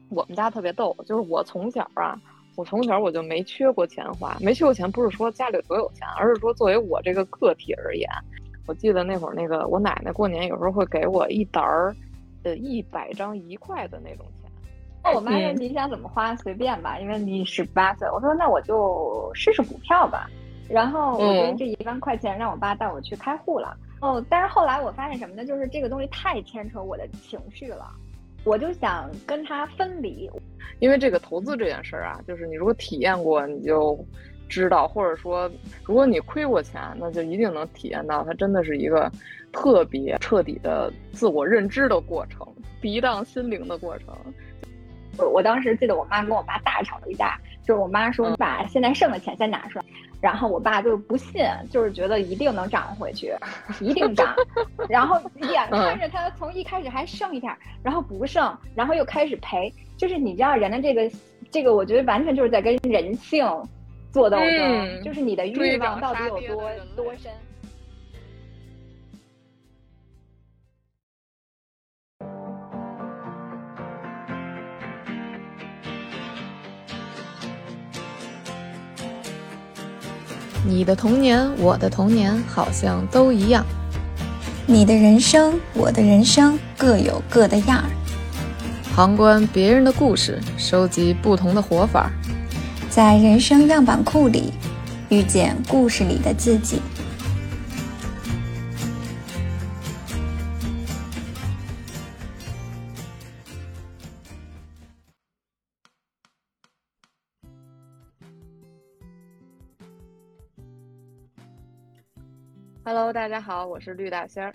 我们家特别逗，就是我从小我就没缺过钱花，没缺过钱不是说家里有多有钱，而是说作为我这个个体而言，我记得那会儿那个我奶奶过年有时候会给我一沓儿100张1块的那种钱。 那我妈说你想怎么花随便吧，因为你18岁。我说那我就试试股票吧。然后我觉得这1万块钱让我爸带我去开户了。但是后来我发现什么呢？就是这个东西太牵扯我的情绪了，我就想跟他分离。 因为这个投资这件事儿啊，就是你如果体验过，你就知道，或者说如果你亏过钱，那就一定能体验到它真的是一个特别彻底的自我认知的过程，涤荡心灵的过程。 我当时记得我妈跟我爸大吵了一架，就是我妈说你把现在剩的钱先拿出来，然后我爸就不信，就是觉得一定能涨回去，一定涨，然后眼看着他从一开始还剩一点，然后不剩，然后又开始赔，就是你知道人的这个，我觉得完全就是在跟人性做斗争，就是你的欲望到底有多深。 你的童年，我的童年，好像都一样。 你的人生，我的人生，各有各的样儿。 旁观别人的故事，收集不同的活法， 在人生样板库里遇见故事里的自己。 Hello， 大家好，我是绿大仙儿。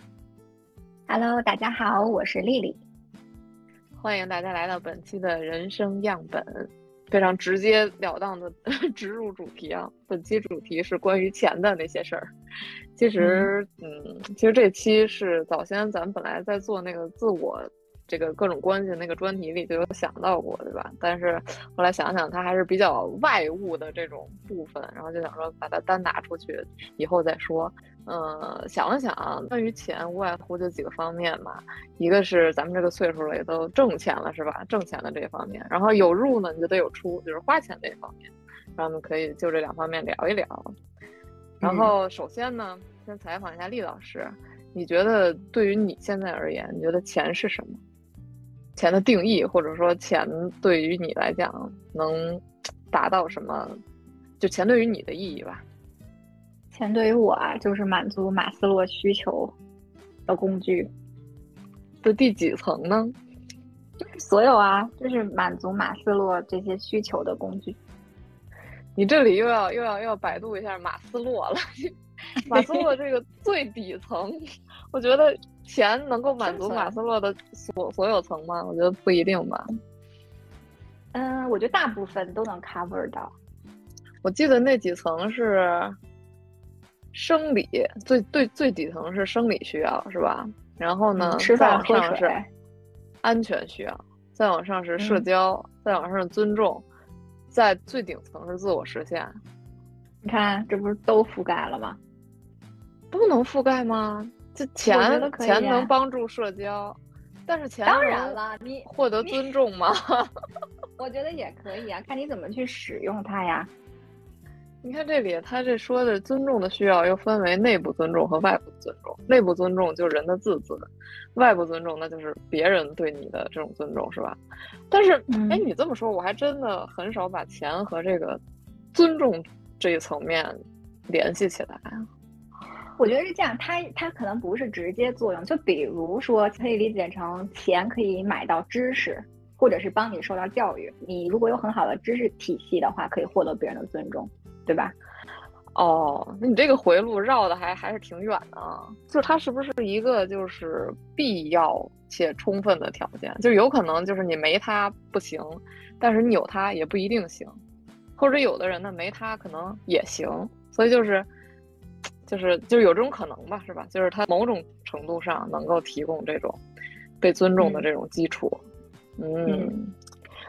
Hello， 大家好，我是丽丽。 欢迎大家来到本期的人生样本，非常直截了当的直入主题啊。本期主题是关于钱的那些事儿。其实这期是早先咱们本来在做那个自我这个各种关系那个专题里就有想到过，对吧？但是后来想想它还是比较外物的这种部分，然后就想说把它单拿出去以后再说。想了想，关于钱无外乎就几个方面嘛，一个是咱们这个岁数了也都挣钱了，是吧？挣钱的这一方面，然后有入呢你就得有出，就是花钱这一方面，然后我们可以就这两方面聊一聊。然后首先呢，先采访一下厉老师，你觉得对于你现在而言，你觉得钱是什么？钱的定义，或者说钱对于你来讲能达到什么？就钱对于你的意义吧。 钱对于我就是满足马斯洛需求的工具的第几层呢？ 就是所有就是满足马斯洛这些需求的工具。 你这里又要百度一下马斯洛了。马斯洛这个最底层，我觉得钱能够满足马斯洛的所有层吗？我觉得不一定吧。 我觉得大部分都能 cover 到。 我记得那几层是生理，最底层是生理需要，是吧？然后呢， 吃饭喝水是安全需要，再往上是社交，再往上是尊重，在最顶层是自我实现。 你看，这不是都覆盖了吗？ 不能覆盖吗？这钱能帮助社交，但是钱当然了，你获得尊重吗？ 我觉得也可以看你怎么去使用它呀。 你看这里，他这说的尊重的需要又分为内部尊重和外部尊重。内部尊重就是人的自尊，外部尊重那就是别人对你的这种尊重，是吧？但是，你这么说，我还真的很少把钱和这个尊重这一层面联系起来。 我觉得是这样，它可能不是直接作用，就比如说可以理解成钱可以买到知识，或者是帮你受到教育。你如果有很好的知识体系的话，可以获得别人的尊重，对吧？ 那你这个回路绕的还是挺远的啊。就是它是不是一个就是必要且充分的条件？就有可能就是你没它不行，但是你有它也不一定行，或者有的人呢没它可能也行，所以就是有这种可能吧，是吧？就是它某种程度上能够提供这种被尊重的这种基础。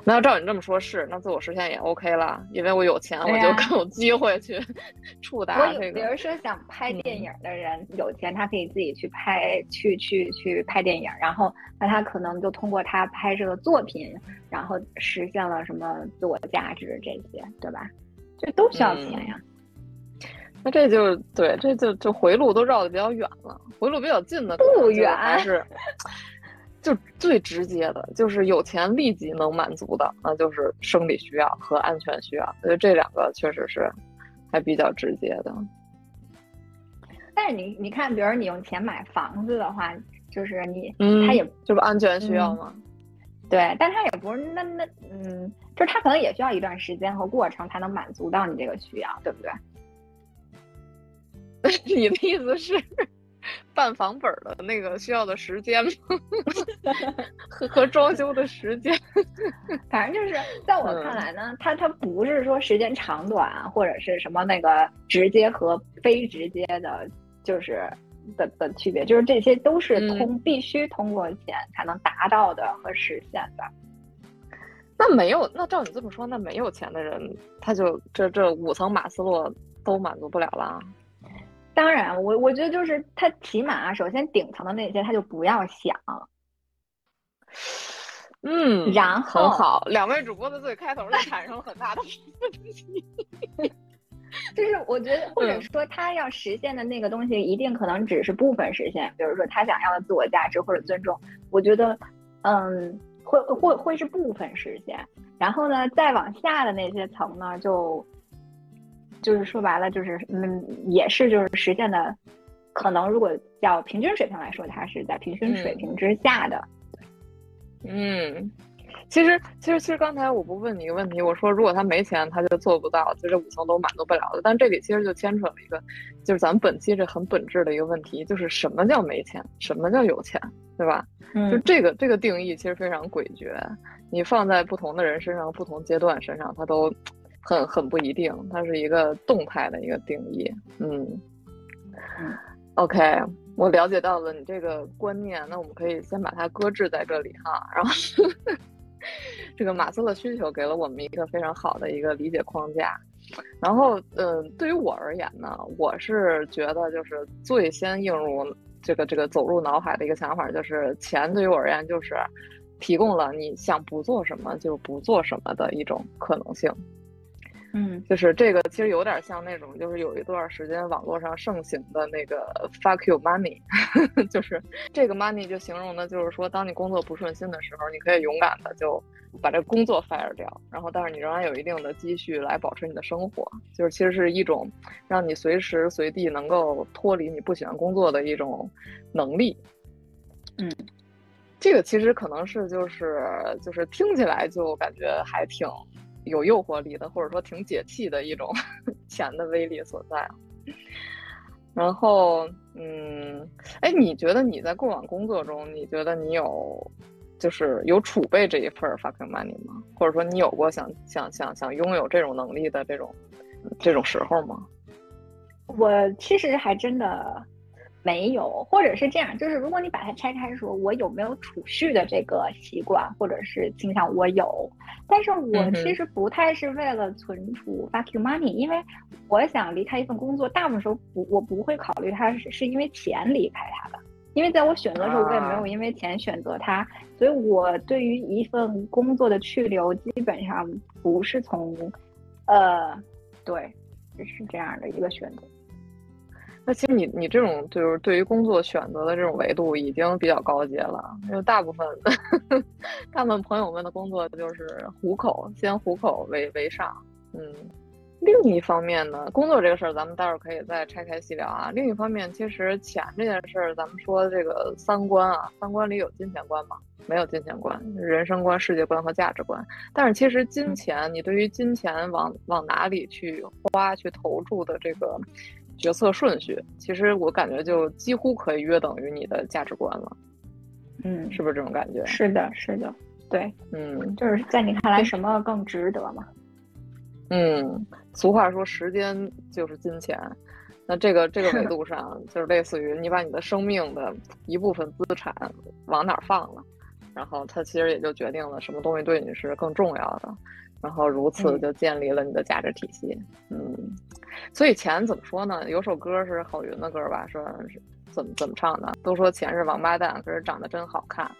那要照你这么说，那自我实现也 OK 了，因为我有钱，我就更有机会去触达这个。 比如说想拍电影的人，有钱他可以自己去拍，去拍电影，然后那他可能就通过他拍这个作品，然后实现了什么自我价值这些，对吧？这都需要钱呀。 那这就对，这就回路都绕得比较远了，回路比较近的不远， 还是就最直接的，就是有钱立即能满足的，那就是生理需要和安全需要。所以这两个确实是还比较直接的。 但是你看，比如你用钱买房子的话，就是他也这不安全需要吗？ 对，但他也不是就是他可能也需要一段时间和过程才能满足到你这个需要，对不对？ 你的意思是办房本的那个需要的时间吗？和装修的时间？ 反正就是在我看来呢，它不是说时间长短或者是什么那个直接和非直接的，就是的区别，就是这些都是必须通过钱才能达到的和实现的。 那照你这么说，那没有钱的人，他就这5层马斯洛都满足不了了。 当然，我觉得就是他起码首先顶层的那些他就不要想。然后很好，两位主播的最开头就产生了很大的分歧。 就是我觉得，或者说他要实现的那个东西，一定可能只是部分实现。比如说他想要的自我价值或者尊重，我觉得，会是部分实现。然后呢，再往下的那些层呢，就是说白了，就是也是就是实现的，可能如果叫平均水平来说，它是在平均水平之下的。 其实刚才我不问你一个问题，我说如果他没钱，他就做不到，就这5层都满足不了的。但这里其实就牵扯了一个，就是咱们本期这很本质的一个问题，就是什么叫没钱，什么叫有钱，对吧？就这个定义其实非常诡谲，你放在不同的人身上、不同阶段身上，它都很不一定，它是一个动态的一个定义。OK， 我了解到了你这个观念，那我们可以先把它搁置在这里哈。然后这个马斯洛需求给了我们一个非常好的一个理解框架。然后对于我而言呢，我是觉得就是最先映入这个走入脑海的一个想法，就是钱对于我而言就是提供了你想不做什么就不做什么的一种可能性。就是这个其实有点像那种，就是有一段时间网络上盛行的那个 fuck you money， 就是这个 money 就形容的就是说，当你工作不顺心的时候，你可以勇敢的就把这工作 fire 掉，然后但是你仍然有一定的积蓄来保持你的生活，就是其实是一种让你随时随地能够脱离你不喜欢工作的一种能力。这个其实可能是就是听起来就感觉还挺有诱惑力的，或者说挺解气的一种钱的威力所在。然后你觉得你在过往工作中，你觉得你就是有储备这一份 fucking money 吗？或者说你有过想拥有这种能力的这种时候吗？ 我其实还真的没有，或者是这样，就是如果你把它拆开说，我有没有储蓄的这个习惯或者是倾向，我有，但是我其实不太是为了存储 fuck you money，因为我想离开一份工作，大部分时候我不会考虑它是因为钱离开它的，因为在我选择的时候，我也没有因为钱选择它，所以我对于一份工作的去留，基本上不是从对，是这样的一个选择。 那其实你这种就是对于工作选择的这种维度已经比较高阶了，因为大部分朋友们的工作就是糊口，先糊口为上。另一方面呢，工作这个事儿咱们待会儿可以再拆开细聊啊。另一方面，其实钱这件事儿，咱们说这个三观啊，三观里有金钱观吗？没有金钱观，人生观、世界观和价值观。但是其实金钱，你对于金钱往哪里去花、去投注的这个决策顺序，其实我感觉就几乎可以约等于你的价值观了。是不是这种感觉？ 是的，对，就是在你看来什么更值得嘛？ 俗话说时间就是金钱，那这个维度上就是类似于你把你的生命的一部分资产往哪儿放了， 然后他其实也就决定了什么东西对你是更重要的，然后如此就建立了你的价值体系。所以钱怎么说呢？有首歌是郝云的歌吧，说是怎么唱的？都说钱是王八蛋，可是长得真好看。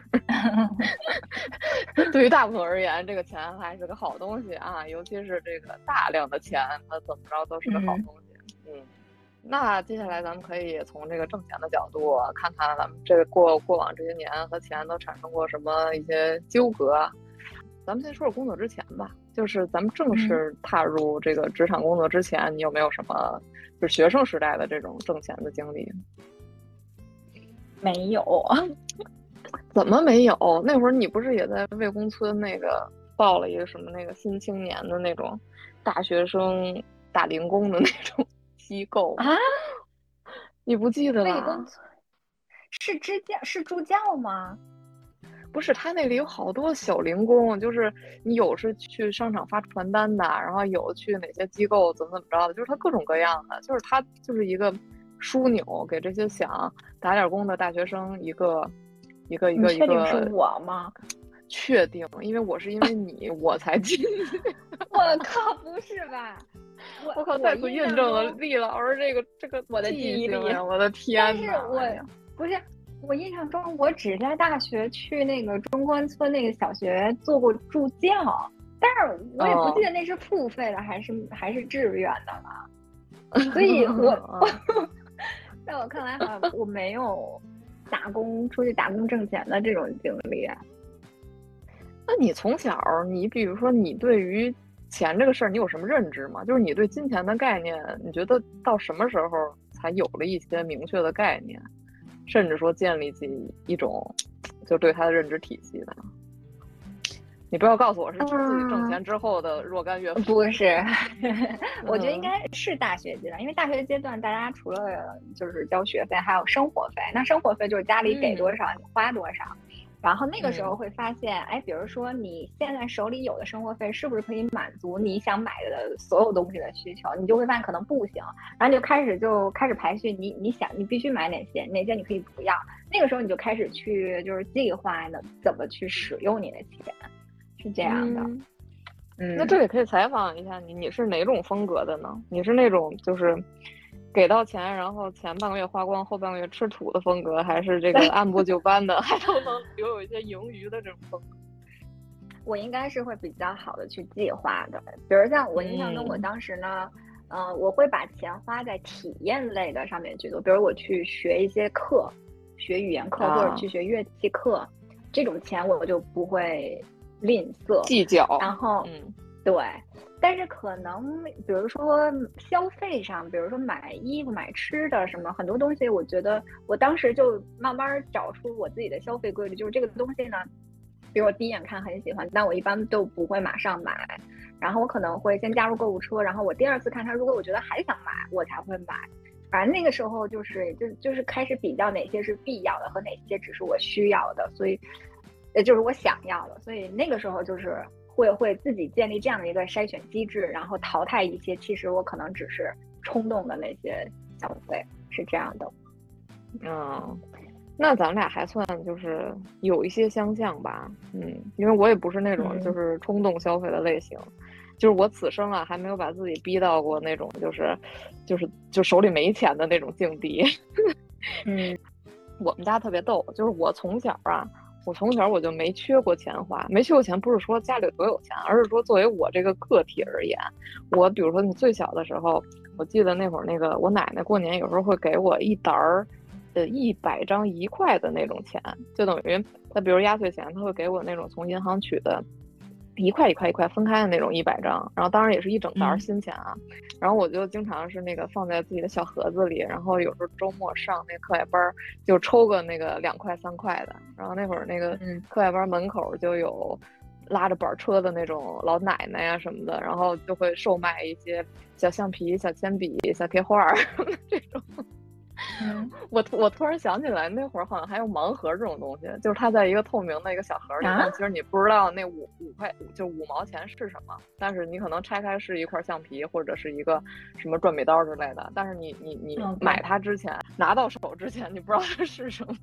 对于大部分而言，这个钱还是个好东西啊，尤其是这个大量的钱，它怎么着都是个好东西。那接下来咱们可以从这个挣钱的角度看看咱们这个过往这些年和钱都产生过什么一些纠葛。咱们先说说工作之前吧，就是咱们正式踏入这个职场工作之前，你有没有什么就是学生时代的这种挣钱的经历？ 没有。 怎么没有？那会儿你不是也在魏公村那个报了一个什么那个新青年的那种大学生打零工的那种机构啊？ 你不记得了？ 魏公村是助教吗？ 不是，他那里有好多小零工，就是你有是去商场发传单的，然后有去哪些机构怎么着的，就是他各种各样的，就是他就是一个枢纽，给这些想打点工的大学生一个。你确定是我吗？ 确定，因为因为你我才进去。 我靠，不是吧？ 我靠，再次印证了厉老师这个我的记忆力， 我的天哪！ 但是我印象中，我只在大学去那个中关村那个小学做过助教，但是我也不记得那是付费的还是志愿的了。所以在我看来，好像我没有出去打工挣钱的这种经历。 那你从小，你比如说你对于钱这个事儿，你有什么认知吗？就是你对金钱的概念，你觉得到什么时候才有了一些明确的概念，甚至说建立起一种就对它的认知体系的？你不要告诉我是自己挣钱之后的若干月份。 不是，我觉得应该是大学阶段，因为大学阶段大家除了就是交学费，还有生活费。那生活费就是家里给多少你花多少，然后那个时候会发现，比如说你现在手里有的生活费是不是可以满足你想买的所有东西的需求？你就会发现可能不行，然后就开始排序，你必须买哪些你可以不要。那个时候你就开始去就是计划呢怎么去使用你的钱。是这样的。 那这里可以采访一下你是哪种风格的呢？你是那种就是给到钱，然后前半个月花光，后半个月吃土的风格，还是这个按部就班的，还都能留有一些盈余的这种风格？ 我应该是会比较好的去计划的，比如像我印象中，我当时呢，我会把钱花在体验类的上面去做，比如我去学一些课，学语言课或者去学乐器课，这种钱我就不会吝啬计较。 然后对，但是可能比如说消费上，比如说买衣服买吃的什么很多东西，我觉得我当时就慢慢找出我自己的消费规律，就是这个东西呢，比如我第一眼看很喜欢，但我一般都不会马上买，然后我可能会先加入购物车，然后我第二次看它，如果我觉得还想买我才会买。反正那个时候就是开始比较哪些是必要的和哪些只是我需要的，所以就是我想要的，所以那个时候就是会自己建立这样的一个筛选机制，然后淘汰一些其实我可能只是冲动的那些消费，是这样的。 那咱俩还算就是有一些相像吧。因为我也不是那种就是冲动消费的类型，就是我此生啊还没有把自己逼到过那种就手里没钱的那种境地。我们家特别逗，就是我从小我就没缺过钱花，没缺过钱不是说家里有多有钱，而是说作为我这个个体而言，我比如说你最小的时候，我记得那会儿那个我奶奶过年有时候会给我一沓100张1块的那种钱，就等于她比如压岁钱，她会给我那种从银行取的1块1块1块分开的那种100张，然后当然也是一整沓新钱啊。然后我就经常是那个放在自己的小盒子里，然后有时候周末上那课外班就抽个那个2块3块的，然后那会儿那个课外班门口就有拉着板车的那种老奶奶呀什么的，然后就会售卖一些小橡皮、小铅笔、小贴画这种。我突然想起来，那会儿好像还有盲盒这种东西，就是它在一个透明的一个小盒里，但其实你不知道那5块就5毛钱是什么，但是你可能拆开是一块橡皮或者是一个什么转笔刀之类的，但是你买它之前拿到手之前，你不知道它是什么。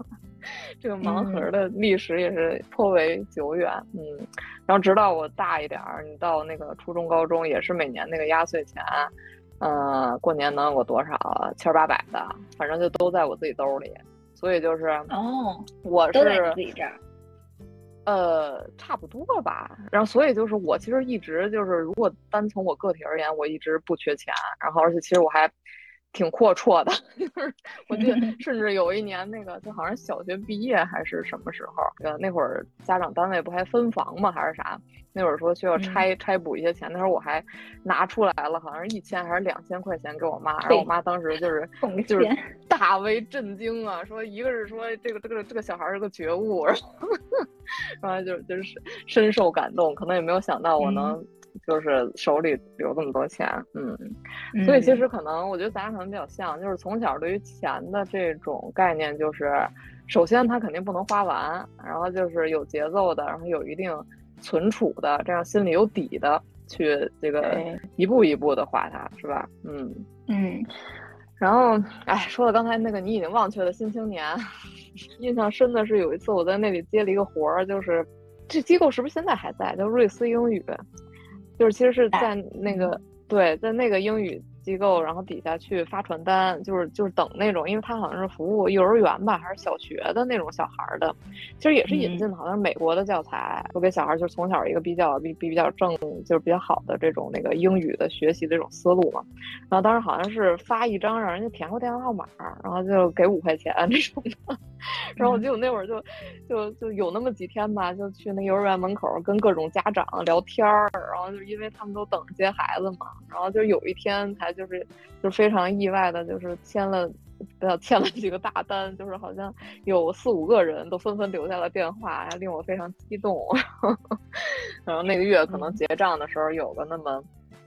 这个盲盒的历史也是颇为久远。然后直到我大一点儿，你到那个初中高中也是每年那个压岁钱，过年能有个多少千800的，反正就都在我自己兜里。所以就是我是都在你自己这儿。 差不多吧。然后所以就是我其实一直就是，如果单从我个体而言，我一直不缺钱。然后而且其实我还挺阔绰的，就是我记得甚至有一年那个就好像小学毕业还是什么时候，那会儿家长单位不还分房吗还是啥？那会儿说需要拆补一些钱，那时候我还拿出来了，好像是1000还是2000块钱给我妈，然后我妈当时就是大为震惊啊，说一个是说这个小孩是个觉悟，然后就是深受感动，可能也没有想到我能就是手里留这么多钱。所以其实可能我觉得咱俩可能比较像，就是从小对于钱的这种概念，就是首先它肯定不能花完，然后就是有节奏的，然后有一定存储的，这样心里有底的去这个一步一步的花它，是吧？然后说到刚才那个你已经忘却的新青年，印象深的是有一次我在那里接了一个活儿，就是这机构是不是现在还在，叫瑞思英语，就是其实是在那个在那个英语机构，然后底下去发传单，就是等那种，因为他好像是服务幼儿园吧，还是小学的那种小孩的，其实也是引进的好像是美国的教材，都给小孩就是从小一个比较正，就是比较好的这种那个英语的学习的这种思路嘛。然后当时好像是发一张让人家填个电话号码，然后就给5块钱这种的。然后我记得我那会儿就有那么几天吧，就去那幼儿园门口跟各种家长聊天儿，然后就因为他们都等着接孩子嘛，然后就有一天才就是非常意外的，就是签了几个大单，就是好像有4、5个人都纷纷留下了电话，还令我非常激动。然后那个月可能结账的时候有个那么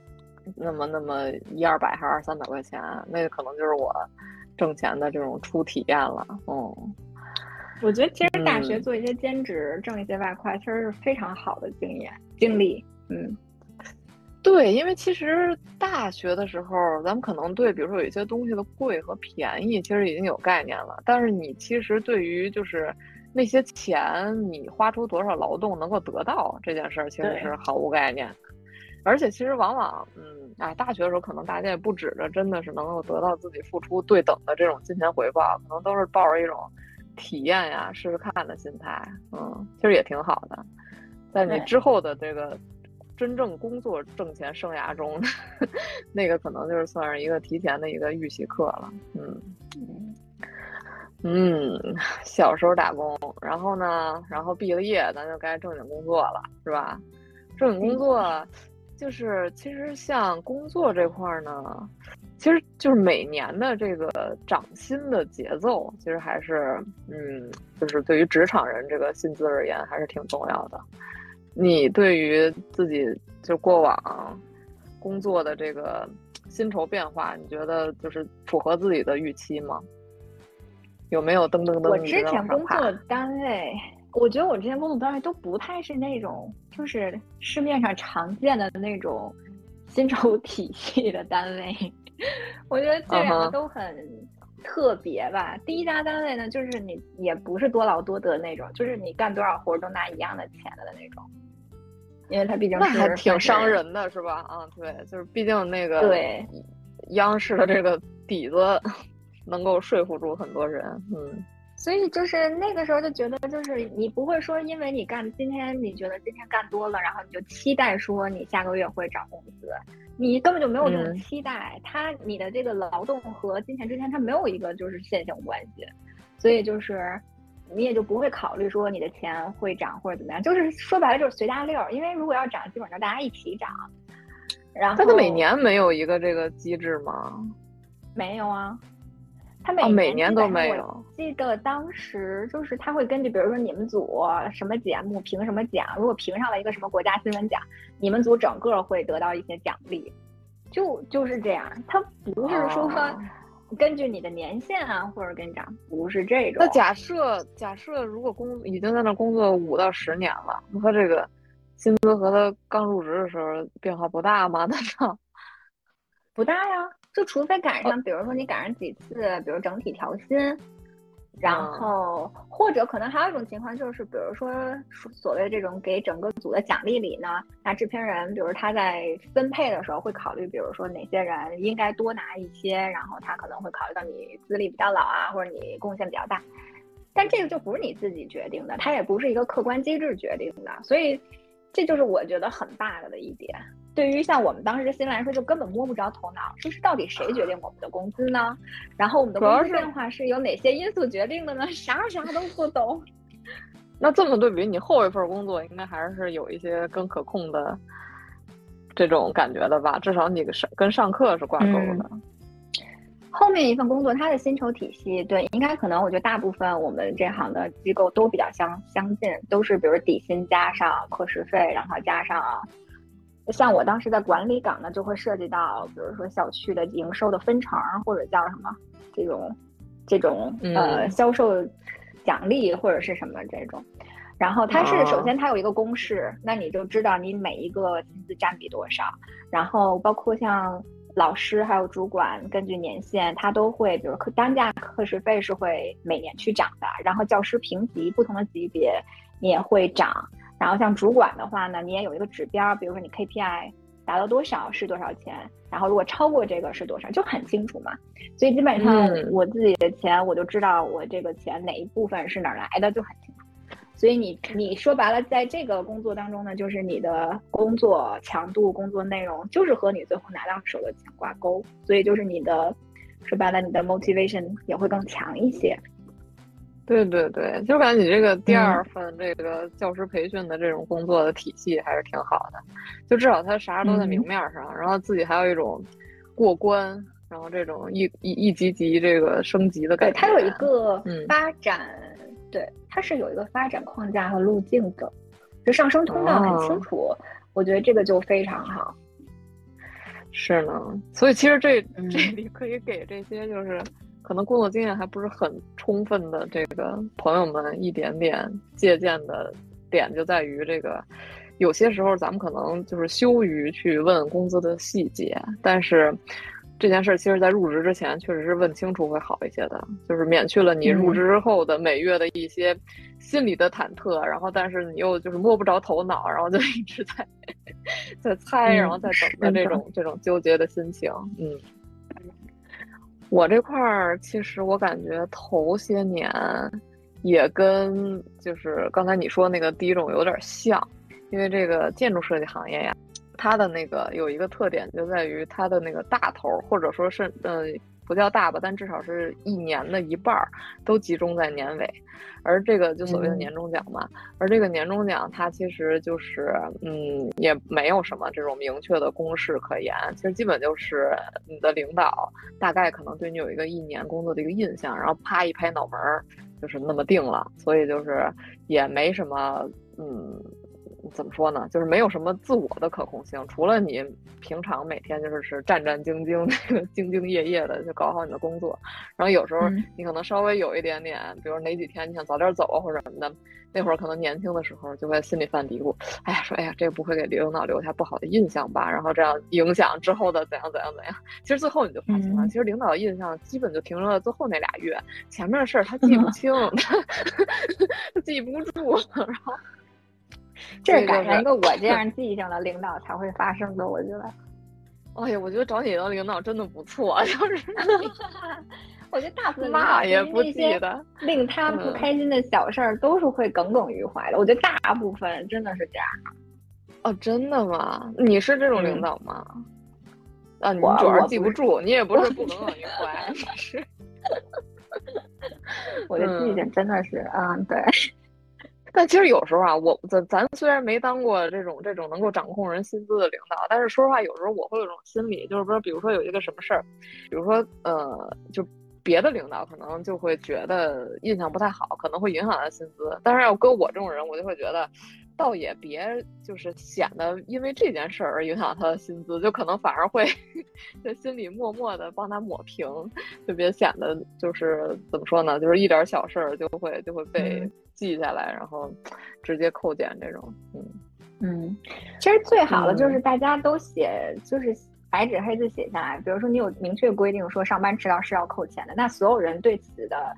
100-200还是200-300块钱，那个可能就是我挣钱的这种初体验了。 我觉得其实大学做一些兼职挣一些外快，其实是非常好的经历。 对，因为其实大学的时候，咱们可能对比如说有一些东西的贵和便宜，其实已经有概念了。但是你其实对于就是那些钱，你花出多少劳动能够得到这件事儿，其实是毫无概念的。而且其实往往，大学的时候可能大家也不指着真的是能够得到自己付出对等的这种金钱回报，可能都是抱着一种体验呀、试试看的心态。其实也挺好的。在你之后的这个真正工作挣钱生涯中，那个可能就是算是一个提前的一个预习课了。小时候打工，然后毕了业，咱就该正经工作了，是吧？正经工作就是其实像工作这块呢，其实就是每年的这个涨薪的节奏，其实还是就是对于职场人这个薪资而言还是挺重要的。你对于自己就过往工作的这个薪酬变化，你觉得就是符合自己的预期吗？有没有噔噔噔？ 我之前工作单位，我觉得我之前工作单位都不太是那种就是市面上常见的那种薪酬体系的单位。我觉得这两个都很特别吧。第一家单位呢，就是你也不是多劳多得那种，就是你干多少活都拿一样的钱的那种。因为它毕竟是那还挺伤人的，是吧？对，就是毕竟那个央视的这个底子能够说服住很多人。 所以就是那个时候就觉得，就是你不会说因为你今天你觉得今天干多了，然后你就期待说你下个月会涨工资，你根本就没有这种期待。你的这个劳动和金钱之间它没有一个就是线性关系，所以就是你也就不会考虑说你的钱会涨或者怎么样，就是说白了就是随大溜儿。因为如果要涨，基本上大家一起涨。然后， 它每年没有一个这个机制吗？ 没有啊，它每年都没有。 我记得当时就是他会根据，比如说你们组什么节目评什么奖，如果评上了一个什么国家新闻奖，你们组整个会得到一些奖励，就是这样。它不是说根据你的年限啊，或者跟你涨，不是这种。 那假设如果已经在那工作5到10年了，和这个薪资和他刚入职的时候变化不大吗？难道不大呀？就除非赶上，比如说你赶上几次，比如整体调薪， 然后或者可能还有一种情况就是，比如说所谓这种给整个组的奖励里呢，那制片人比如他在分配的时候会考虑，比如说哪些人应该多拿一些，然后他可能会考虑到你资历比较老啊，或者你贡献比较大，但这个就不是你自己决定的，它也不是一个客观机制决定的，所以这就是我觉得很 bug 的一点。对于像我们当时新来说，就根本摸不着头脑，就是到底谁决定我们的工资呢？然后我们的工资变化是由哪些因素决定的呢？啥都不懂。 那这么对比，你后一份工作应该还是有一些更可控的这种感觉的吧？至少你跟上课是挂钩的。 后面一份工作，它的薪酬体系，对，应该可能我觉得大部分我们这行的机构都比较相近，都是比如底薪加上课时费，然后加上。像我当时在管理岗呢，就会涉及到，比如说小区的营收的分成，或者叫什么这种销售奖励或者是什么这种。然后它是首先它有一个公式，那你就知道你每一个薪资占比多少。然后包括像老师还有主管，根据年限，它都会，比如单价课时费是会每年去涨的。然后教师评级不同的级别你也会涨。然后像主管的话呢，你也有一个指标，比如说你 KPI 达到多少是多少钱，然后如果超过这个是多少，就很清楚嘛。所以基本上我自己的钱，我就知道我这个钱哪一部分是哪儿来的，就很清楚。所以你说白了，在这个工作当中呢，就是你的工作强度、工作内容，就是和你最后拿到手的钱挂钩。所以就是你的说白了，你的 motivation 也会更强一些。 对对对，就感觉你这个第二份这个教师培训的这种工作的体系还是挺好的，就至少他啥都在明面上，然后自己还有一种过关，然后这种一级级这个升级的感觉。 对，它有一个发展，对，它是有一个发展框架和路径的，就上升通道很清楚，我觉得这个就非常好。 是呢，所以其实这里可以给这些就是可能工作经验还不是很充分的这个朋友们一点点借鉴的点，就在于这个有些时候咱们可能就是羞于去问工资的细节，但是这件事其实在入职之前确实是问清楚会好一些的，就是免去了你入职之后的每月的一些心理的忐忑，然后但是你又就是摸不着头脑，然后就一直在猜，然后在等的这种纠结的心情。我这块儿其实我感觉头些年也跟就是刚才你说那个第一种有点像，因为这个建筑设计行业呀，它的那个有一个特点就在于它的那个大头，或者说是不叫大吧，但至少是一年的一半都集中在年尾，而这个就所谓的年终奖嘛，而这个年终奖它其实就是也没有什么这种明确的公式可言，其实基本就是你的领导大概可能对你有一个一年工作的一个印象，然后啪一拍脑门就是那么定了，所以就是也没什么怎么说呢，就是没有什么自我的可控性，除了你平常每天就是战战兢兢这个兢兢业业的就搞好你的工作，然后有时候你可能稍微有一点点比如哪几天你想早点走啊或者什么的，那会儿可能年轻的时候就会心里犯嘀咕，哎呀说哎呀这不会给领导留下不好的印象吧，然后这样影响之后的怎样，其实最后你就发现了，其实领导的印象基本就停留在最后那俩月，前面的事儿他记不清他记不住，然后这是赶上一个我这样记性的领导才会发生的，我觉得。 哎呀，我觉得找你当领导真的不错，就是我觉得大部分骂也不记得， 令他不开心的小事儿都是会耿耿于怀的。我觉得大部分真的是这样。 哦，真的吗？你是这种领导吗？啊，你主要是记不住，你也不是不耿耿于怀，是。 我的记性真的是，对。 但其实有时候啊，咱虽然没当过这种能够掌控人薪资的领导，但是说实话，有时候我会有一种心理，就是比如说有一个什么事儿，比如说就别的领导可能就会觉得印象不太好，可能会影响他薪资，但是要搁我这种人，我就会觉得倒也别就是显得因为这件事儿而影响他的薪资，就可能反而会在心里默默的帮他抹平，就别显得就是怎么说呢，就是一点小事儿就会被记下来，然后直接扣减这种。 其实最好的就是大家都写，就是白纸黑字写下来，比如说你有明确规定说上班迟到是要扣钱的，那所有人对此的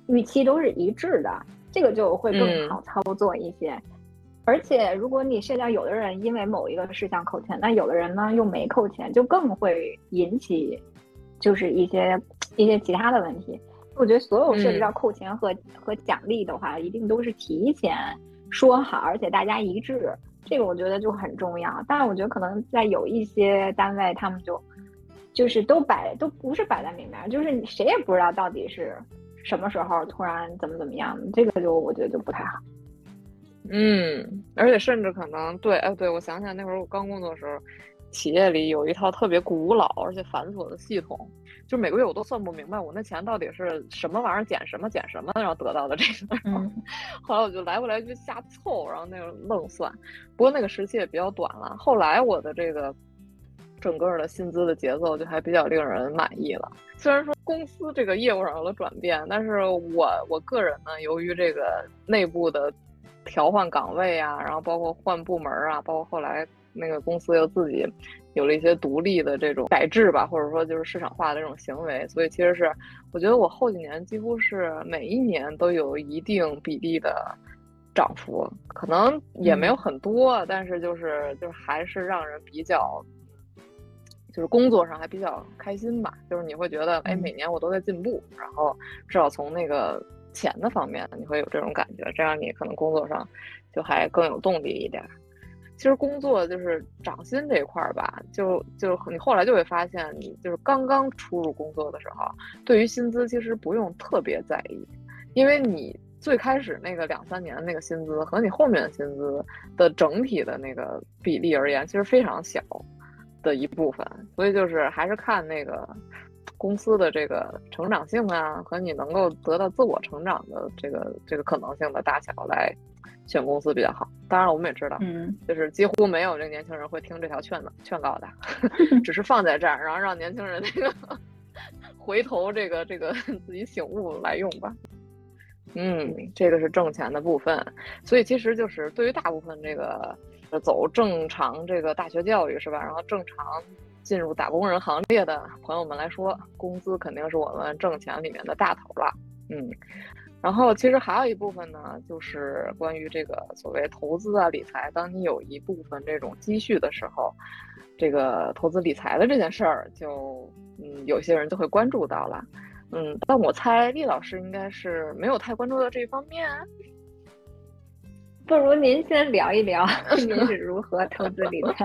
预期都是一致的，这个就会更好操作一些。而且如果你涉及到有的人因为某一个事项扣钱，那有的人呢又没扣钱，就更会引起就是一些其他的问题。我觉得所有涉及到扣钱和奖励的话，一定都是提前说好，而且大家一致，这个我觉得就很重要。但是我觉得可能在有一些单位，他们就是都不是摆在明面，就是谁也不知道到底是什么时候突然怎么样，这个就我觉得就不太好。 而且甚至可能对，我想起来那会儿我刚工作的时候，企业里有一套特别古老而且繁琐的系统，就每个月我都算不明白我那钱到底是什么玩意儿减什么，然后得到的这个。后来我就来不来去瞎凑，然后那个愣算。不过那个时期也比较短了，后来我的这个整个的薪资的节奏就还比较令人满意了。虽然说公司这个业务上有了转变，但是我个人呢，由于这个内部的调换岗位啊，然后包括换部门啊，包括后来那个公司又自己有了一些独立的这种改制吧，或者说就是市场化的这种行为，所以其实是我觉得我后几年几乎是每一年都有一定比例的涨幅，可能也没有很多，但是就是还是让人比较就是工作上还比较开心吧，就是你会觉得每年我都在进步，然后至少从那个钱的方面你会有这种感觉，这样你可能工作上就还更有动力一点。其实工作就是涨薪这一块吧，就你后来就会发现，你就是刚刚初入工作的时候，对于薪资其实不用特别在意，因为你最开始那个2-3年的那个薪资和你后面的薪资的整体的那个比例而言，其实非常小的一部分，所以就是还是看那个公司的这个成长性啊，和你能够得到自我成长的这个可能性的大小来选公司比较好。当然我们也知道，就是几乎没有这个年轻人会听这条劝告的，只是放在这儿，然后让年轻人那个回头这个自己醒悟来用吧。这个是挣钱的部分，所以其实就是对于大部分这个走正常这个大学教育是吧，然后正常进入打工人行列的朋友们来说，工资肯定是我们挣钱里面的大头了。然后其实还有一部分呢，就是关于这个所谓投资啊理财，当你有一部分这种积蓄的时候，这个投资理财的这件事儿就有些人就会关注到了。但我猜厉老师应该是没有太关注到这一方面。 不如您先聊一聊您是如何投资理财。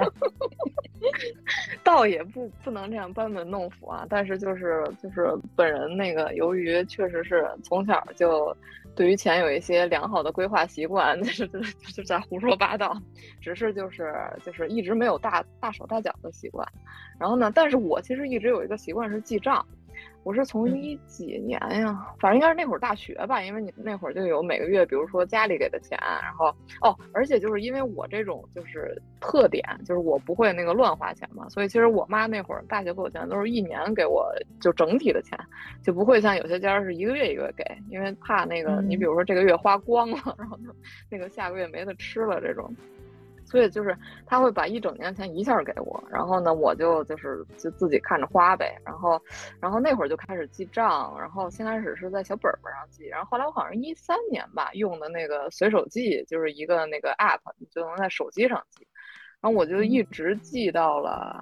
倒也不能这样班门弄斧啊，但是就是本人那个由于确实是从小就对于钱有一些良好的规划习惯，就是在胡说八道，只是就是一直没有大手大脚的习惯。然后呢，但是我其实一直有一个习惯是记账。我是从几年呀，反正应该是那会儿大学吧，因为你那会儿就有每个月，比如说家里给的钱，然后而且就是因为我这种就是特点，就是我不会那个乱花钱嘛，所以其实我妈那会儿大学给我钱都是1年给我就整体的钱，就不会像有些家是一个月一个月给，因为怕那个你比如说这个月花光了，然后那个下个月没得吃了这种。所以就是他会把一整年钱一下给我，然后呢我就自己看着花呗，然后那会儿就开始记账，然后先开始是在小本本上记，然后后来我好像13年吧用的那个随手记，就是一个那个 app， 你就能在手机上记，然后我就一直记到了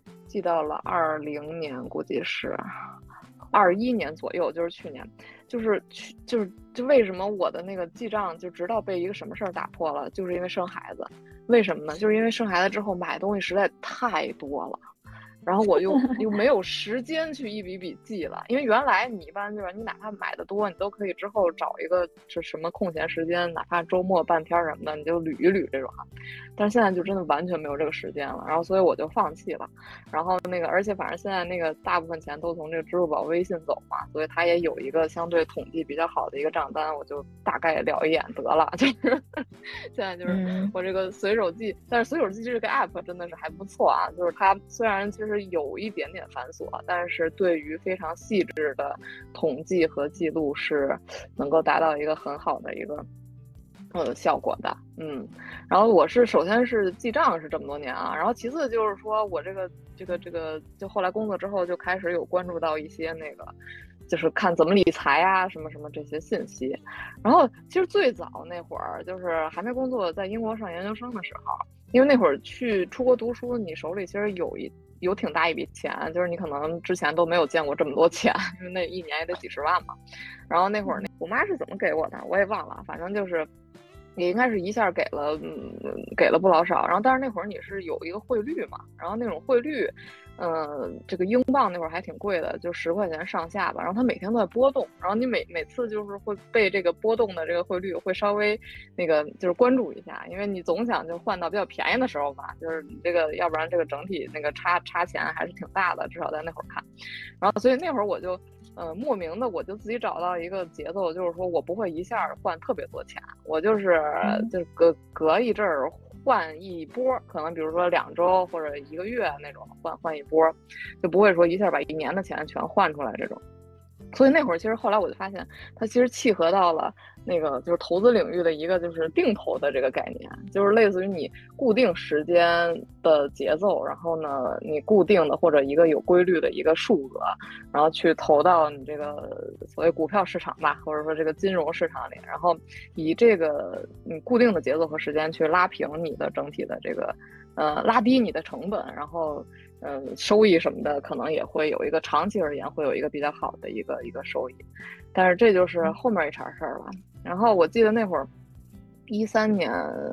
20年，估计是21年左右，就是去年，就为什么我的那个记账就直到被一个什么事儿打破了，就是因为生孩子。为什么呢？就是因为生孩子之后买东西实在太多了，然后我又没有时间去一笔笔记了，因为原来你一般就是你哪怕买的多，你都可以之后找一个就什么空闲时间，哪怕周末半天什么的，你就捋一捋这种。但是现在就真的完全没有这个时间了，然后所以我就放弃了。然后那个而且反正现在那个大部分钱都从这个支付宝、微信走嘛，所以它也有一个相对统计比较好的一个账单，我就大概燎一眼得了。就是现在就是我这个随手记，但是随手记这个 app 真的是还不错啊，就是它虽然其实有一点点繁琐，但是对于非常细致的统计和记录是能够达到一个很好的一个效果的。然后我是首先是记账是这么多年啊，然后其次就是说我这个就后来工作之后就开始有关注到一些那个就是看怎么理财啊，什么什么这些信息。然后其实最早那会儿就是还没工作，在英国上研究生的时候，因为那会儿去出国读书，你手里其实有挺大一笔钱，就是你可能之前都没有见过这么多钱，因为那一年也得几十万嘛。然后那会儿我妈是怎么给我的，我也忘了，反正就是也应该是一下给了不老少。然后但是那会儿你是有一个汇率嘛，然后那种汇率。这个英镑那会儿还挺贵的，就10块钱上下吧。然后它每天都在波动，然后你每次就是会被这个波动的这个汇率会稍微那个就是关注一下，因为你总想就换到比较便宜的时候吧，就是你这个要不然这个整体那个差钱还是挺大的，至少在那会儿看。然后所以那会儿我就莫名的我就自己找到一个节奏，就是说我不会一下换特别多钱，我就是隔一阵儿。换一波，可能比如说2周或者1个月那种换一波，就不会说一下把1年的钱全换出来这种。所以那会儿其实后来我就发现，它其实契合到了那个就是投资领域的一个就是定投的这个概念，就是类似于你固定时间的节奏，然后呢你固定的或者一个有规律的一个数额，然后去投到你这个所谓股票市场吧，或者说这个金融市场里，然后以这个你固定的节奏和时间去拉平你的整体的这个拉低你的成本，然后收益什么的可能也会有一个长期而言会有一个比较好的一个收益，但是这就是后面一茬事儿了。然后我记得那会儿13年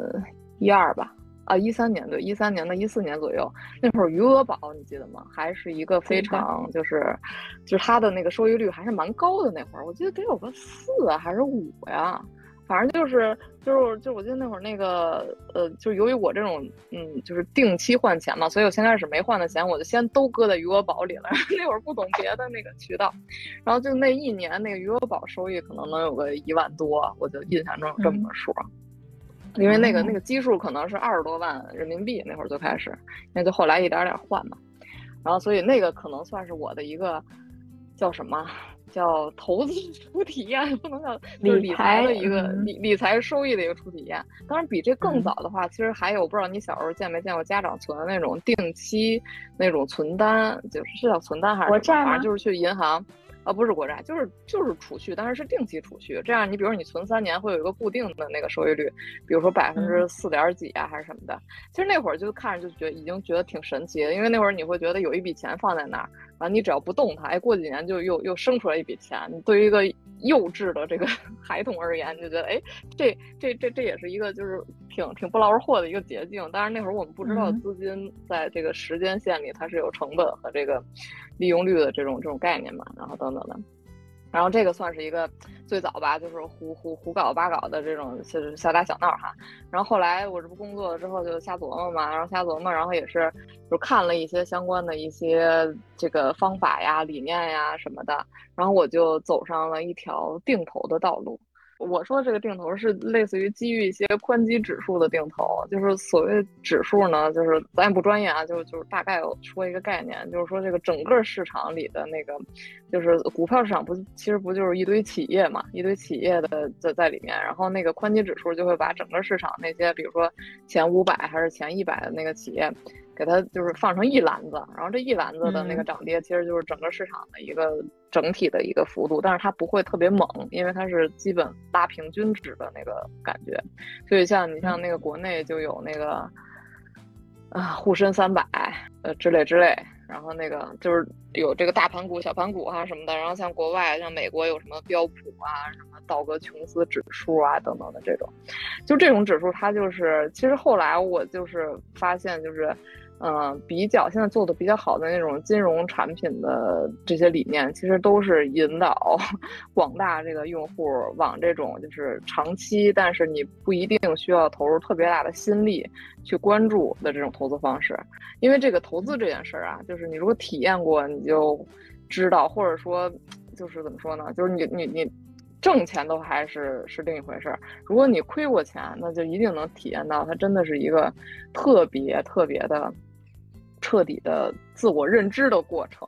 12吧，13年对，13年的14年左右，那会儿余额宝你记得吗？还是一个非常就是它的那个收益率还是蛮高的，那会儿我记得得有个4还是5呀。反正就是我记得那会儿那个就是由于我这种就是定期换钱嘛，所以我先开始没换的钱我就先都搁在余额宝里了。那会儿不懂别的那个渠道，然后就那一年那个余额宝收益可能能有个1万多，我就印象中有这么个数。因为那个基数可能是20多万人民币，那会儿就开始，那就后来一点点换嘛。然后所以那个可能算是我的一个叫什么？叫投资初体验，不能叫就是理财的一个理财收益的一个初体验。当然比这更早的话，其实还有我不知道你小时候见没见过家长存的那种定期那种存单，是叫存单还是国债吗？ 反正就是去银行。不是国债，就是储蓄，但是是定期储蓄。这样，你比如说你存3年，会有一个固定的那个收益率，比如说4%几啊，还是什么的。其实那会儿就看着就已经觉得挺神奇的，因为那会儿你会觉得有一笔钱放在那儿，然后你只要不动它，过几年就又生出来一笔钱。对于一个幼稚的这个孩童而言，就觉得这也是一个就是挺不劳而获的一个捷径。当然那会儿我们不知道资金在这个时间线里它是有成本和这个利用率的这种概念嘛，然后等等的。然后这个算是一个最早吧，就是胡搞八搞的这种就是小打小闹哈。然后后来我这不工作了之后就瞎琢磨嘛，然后也是就看了一些相关的一些这个方法呀、理念呀什么的，然后我就走上了一条定投的道路。我说这个定投是类似于基于一些宽基指数的定投，就是所谓指数呢，就是咱也不专业啊，就是大概有说一个概念，就是说这个整个市场里的那个，就是股票市场其实不就是一堆企业嘛，一堆企业的在里面，然后那个宽基指数就会把整个市场那些，比如说前500还是前100的那个企业，给它就是放成一篮子，然后这一篮子的那个涨跌其实就是整个市场的一个整体的一个幅度，但是它不会特别猛，因为它是基本拉平均值的那个感觉。所以像那个国内就有那个沪深300之类，然后那个就是有这个大盘股、小盘股啊什么的，然后像国外像美国有什么标普啊、什么道格琼斯指数啊等等的这种，就这种指数它就是其实后来我就是发现就是比较现在做的比较好的那种金融产品的这些理念，其实都是引导广大这个用户往这种就是长期，但是你不一定需要投入特别大的心力去关注的这种投资方式。因为这个投资这件事啊，就是你如果体验过，你就知道，或者说就是怎么说呢，就是你挣钱都还是另一回事儿。如果你亏过钱，那就一定能体验到它真的是一个特别的彻底的自我认知的过程。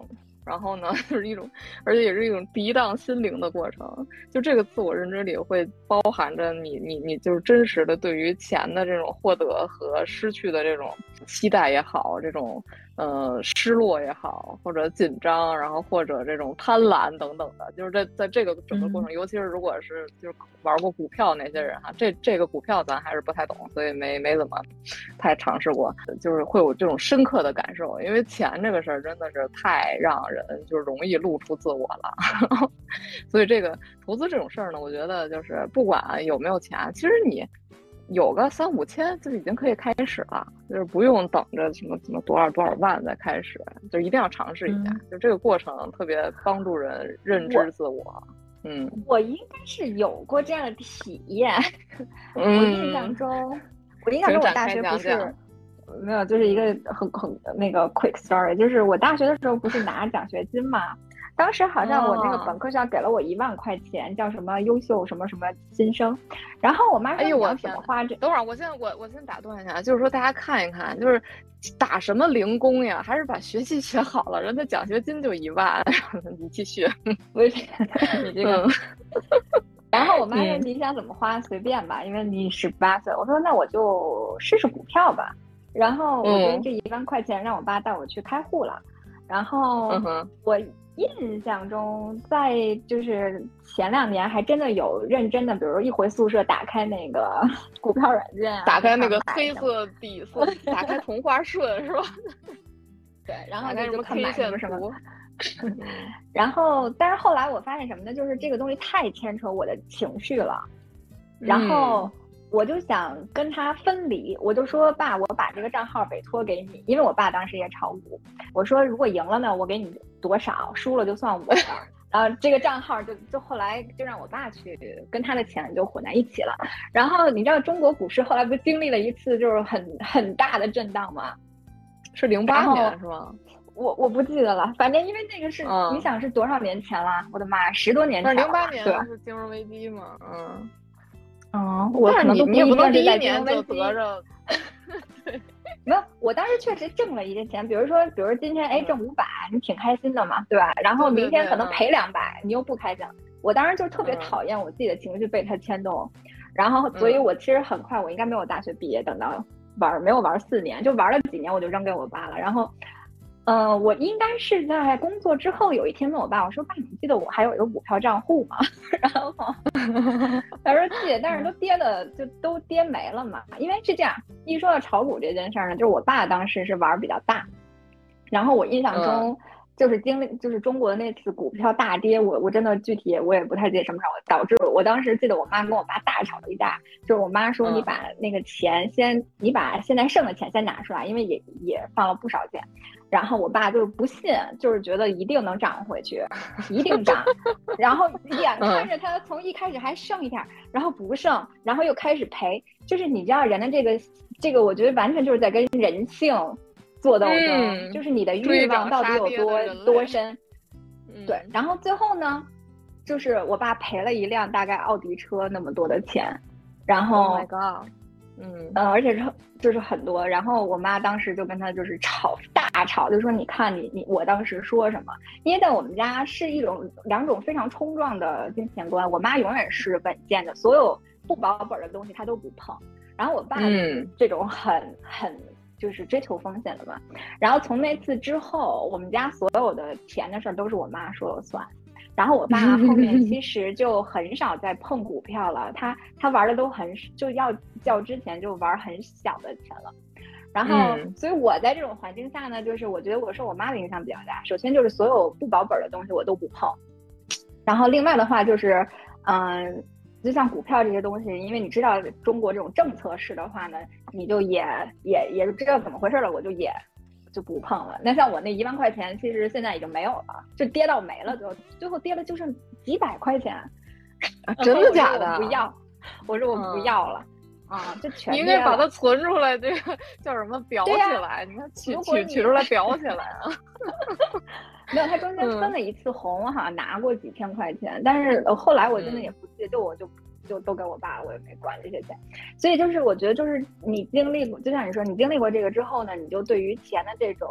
然后呢，就是一种，而且也是一种涤荡心灵的过程。就这个自我认知里会包含着你就是真实的对于钱的这种获得和失去的这种期待也好，这种失落也好，或者紧张，然后或者这种贪婪等等的，就是在这个整个过程，尤其是如果是就是玩过股票那些人哈，这个股票咱还是不太懂，所以没怎么太尝试过，就是会有这种深刻的感受，因为钱这个事儿真的是太让人就是容易露出自我了，所以这个投资这种事儿呢，我觉得就是不管有没有钱，其实你有个3、5千就已经可以开始了，就是不用等着什么多少万再开始，就一定要尝试一下，就这个过程特别帮助人认知自我。 我应该是有过这样的体验。我印象中我大学不是没有，就是一个很那个 quick story， 就是我大学的时候不是拿奖学金嘛。当时好像我那个本科学校给了我1万块钱，叫什么优秀什么什么新生，然后我妈说你要怎么花这？ 等会儿我先打断一下，就是说大家看一看，就是打什么零工呀？还是把学习学好了，人家奖学金就1万，你继续， 为什么你这个？然后我妈说你想怎么花随便吧，因为你18岁。我说那我就试试股票吧。然后我觉得这1万块钱让我爸带我去开户了，然后我印象中在就是前2年还真的有认真的，比如一回宿舍打开那个股票软件啊， 打开那个黑色底色，打开同花顺是吧？ 对，然后就看 K 线什么。然后但是后来我发现什么呢，就是这个东西太牵扯我的情绪了，然后我就想跟他分离，我就说爸，我把这个账号委托给你，因为我爸当时也炒股，我说如果赢了呢，我给你多少，输了就算我的。然后这个账号就后来就让我爸去跟他的钱就混在一起了。然后你知道中国股市后来不经历了一次就是很大的震荡吗？ 是08年是吗？ 我不记得了，反正因为那个是你想是多少年前了？我的妈，10多年前了。 08年是金融危机嘛？ 我可能都你也不能第1年就得着。 对，没有，我当时确实挣了一些钱，比如说今天挣500，你挺开心的嘛，对吧？然后明天可能赔200，你又不开心。我当时就特别讨厌我自己的情绪被他牵动，然后所以我其实很快，我应该没有大学毕业，等到没有玩4年，就玩了几年我就扔给我爸了，然后。我应该是在工作之后有一天问我爸，我说爸，你记得我还有一个股票账户吗？然后他说记得，但是都跌没了嘛。因为是这样，一说到炒股这件事呢，就是我爸当时是玩比较大，然后我印象中就是经历就是中国的那次股票大跌，我真的具体我也不太记得什么时候，导致我当时记得我妈跟我爸大吵了一架，就是我妈说你把那个钱你把现在剩的钱先拿出来，因为也放了不少钱。然后我爸就不信，就是觉得一定能涨回去，一定涨。然后眼看着他从一开始还剩一点，然后不剩，然后又开始赔。就是你知道人的这个，我觉得完全就是在跟人性做斗争，就是你的欲望到底有多深。对，然后最后呢，就是我爸赔了一辆大概奥迪车那么多的钱，然后。 Oh my god！ 而且就是很多，然后我妈当时就跟他就是大吵，就说你看我当时说什么？因为在我们家是2种非常冲撞的金钱观，我妈永远是稳健的，所有不保本的东西她都不碰，然后我爸这种很就是追求风险的嘛。然后从那次之后，我们家所有的钱的事儿都是我妈说了算。然后我爸后面其实就很少再碰股票了，他玩的都就要较之前就玩很小的钱了。然后所以我在这种环境下呢，就是我觉得我受我妈的影响比较大。首先就是所有不保本的东西我都不碰，然后另外的话就是就像股票这些东西，因为你知道中国这种政策式的话呢，你就也知道怎么回事了，我就不碰了。那像我那1万块钱，其实现在已经没有了，就跌到没了，最后跌了就剩几百块钱。 真的假的？ 我不要，我说我不要了。就全你应该把它存出来，这个叫什么裱起来？你看取出来裱起来啊。 没有，他中间分了一次红，我好像拿过几千块钱，但是后来我真的也不记得，我就都给我爸了，我也没管这些钱。所以就是我觉得就是你经历过，就像你说，你经历过这个之后呢，你就对于钱的这种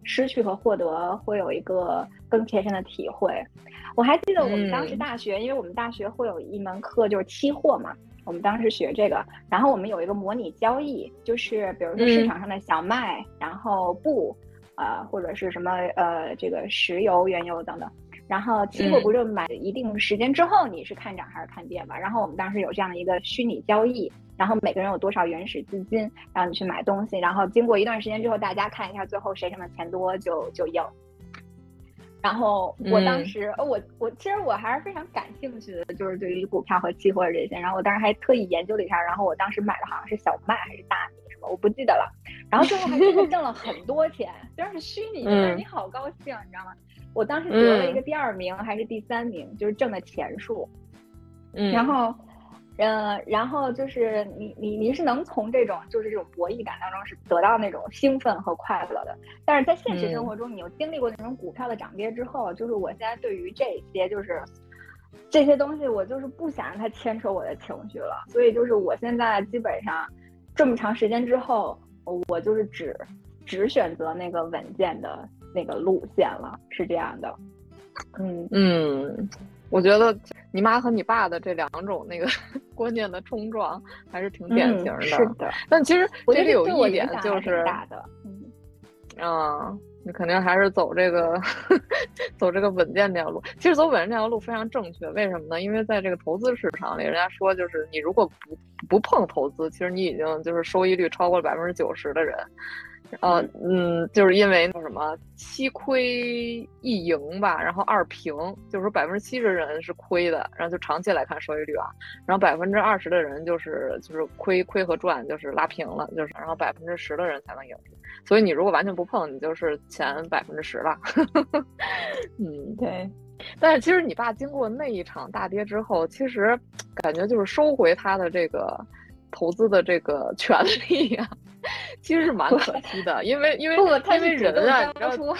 失去和获得会有一个更切身的体会。我还记得我们当时大学，因为我们大学会有一门课就是期货嘛，我们当时学这个，然后我们有一个模拟交易，就是比如说市场上的小麦，然后布，或者是什么这个石油、原油等等。然后期货不是买一定时间之后你是看涨还是看跌嘛？然后我们当时有这样的一个虚拟交易，然后每个人有多少原始资金，然后你去买东西，然后经过一段时间之后，大家看一下最后谁什么钱多就赢。然后我当时，我其实我还是非常感兴趣的，就是对于股票和期货这些。然后我当时还特意研究了一下，然后我当时买的好像是小麦还是大米什么，我不记得了。然后最后还真的挣了很多钱，虽然是虚拟的，但是你好高兴，你知道吗？我当时得了一个第2名还是第3名，就是挣的钱数。然后就是你是能从这种就是这种博弈感当中是得到那种兴奋和快乐的，但是在现实生活中，你又经历过那种股票的涨跌之后，就是我现在对于这些就是这些东西，我就是不想让它牵扯我的情绪了，所以就是我现在基本上这么长时间之后，我就是只选择那个稳健的那个路线了，是这样的。 我觉得你妈和你爸的这2种那个观念的冲撞还是挺典型的。是的。 但其实这里有一点就是， 大的。 你肯定还是走这个走这个稳健这条路。其实走稳健这条路非常正确，为什么呢？因为在这个投资市场里，人家说就是你如果不碰投资，其实你已经就是收益率超过了90%的人。就是因为那什么7亏1赢吧，然后2平，就是说70%的人是亏的，然后就长期来看收益率啊，然后20%的人就是亏和赚就是拉平了，就是然后10%的人才能盈利，所以你如果完全不碰，你就是前10%了。 对。 但是其实你爸经过那一场大跌之后，其实感觉就是收回他的这个投资的这个权利啊，其实是蛮可惜的，因为人啊，你知道，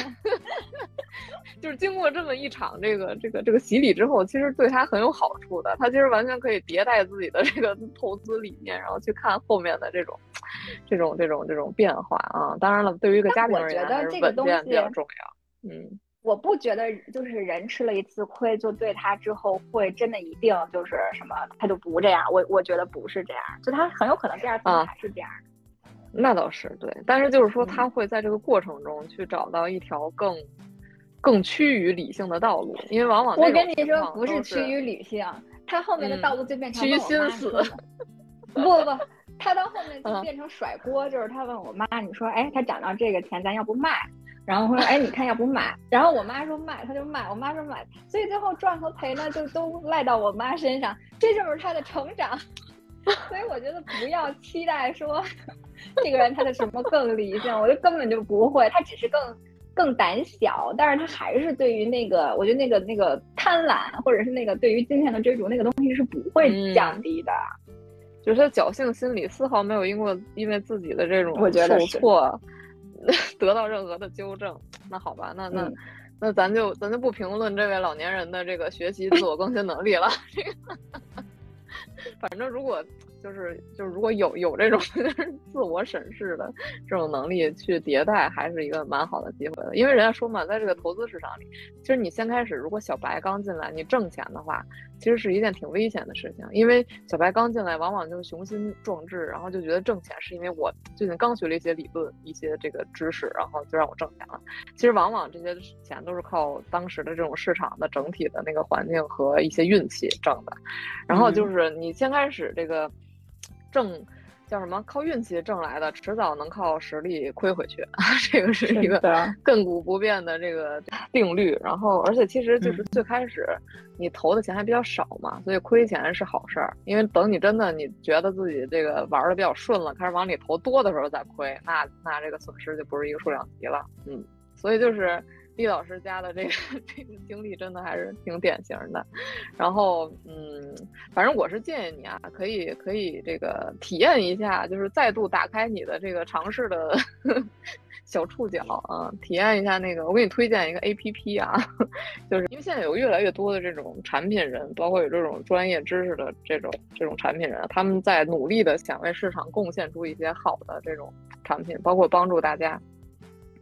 就是经过这么一场这个洗礼之后，其实对他很有好处的。他其实完全可以迭代自己的这个投资理念，然后去看后面的这种变化啊。当然了，对于一个家庭而言，还是稳健比较重要。 我不觉得就是人吃了一次亏，就对他之后会真的一定就是什么，他就不这样。我觉得不是这样，就他很有可能第2次还是这样的。 那倒是对，但是就是说他会在这个过程中去找到一条更趋于理性的道路，因为往往我跟你说不是趋于理性，他后面的道路就变成趋于心死。 不，他到后面就变成甩锅，就是他问我妈，你说哎，他涨到这个钱，咱要不卖？然后我说哎，你看要不买？然后我妈说卖，他就卖；我妈说买，所以最后赚和赔呢，就都赖到我妈身上，这就是他的成长。所以我觉得不要期待说这个人他的什么更理性，我觉得根本就不会，他只是更胆小，但是他还是对于那个，我觉得那个贪婪或者是那个对于金钱的追逐，那个东西是不会降低的。 就是他侥幸心理丝毫没有因为自己的这种受挫得到任何的纠正。那好吧，那咱就不评论这位老年人的这个学习自我更新能力了。这个反正如果就是如果有这种自我审视的这种能力去迭代，还是一个蛮好的机会的。因为人家说嘛，在这个投资市场里，其实你先开始，如果小白刚进来，你挣钱的话，其实是一件挺危险的事情。因为小白刚进来，往往就是雄心壮志，然后就觉得挣钱是因为我最近刚学了一些理论、一些这个知识，然后就让我挣钱了。其实往往这些钱都是靠当时的这种市场的整体的那个环境和一些运气挣的。然后就是你先开始这个叫什么？靠运气挣来的，迟早能靠实力亏回去。这个是一个亘古不变的这个定律。然后，而且其实就是最开始你投的钱还比较少嘛，所以亏钱是好事儿。因为等你真的你觉得自己这个玩的比较顺了，开始往里投多的时候再亏，那这个损失就不是一个数量级了。所以就是厉老师家的这个经历真的还是挺典型的。然后反正我是建议你啊，可以这个体验一下，就是再度打开你的这个尝试的小触角啊，体验一下那个。我给你推荐一个 APP 啊，就是因为现在有越来越多的这种产品人，包括有这种专业知识的这种产品人，他们在努力的想为市场贡献出一些好的这种产品，包括帮助大家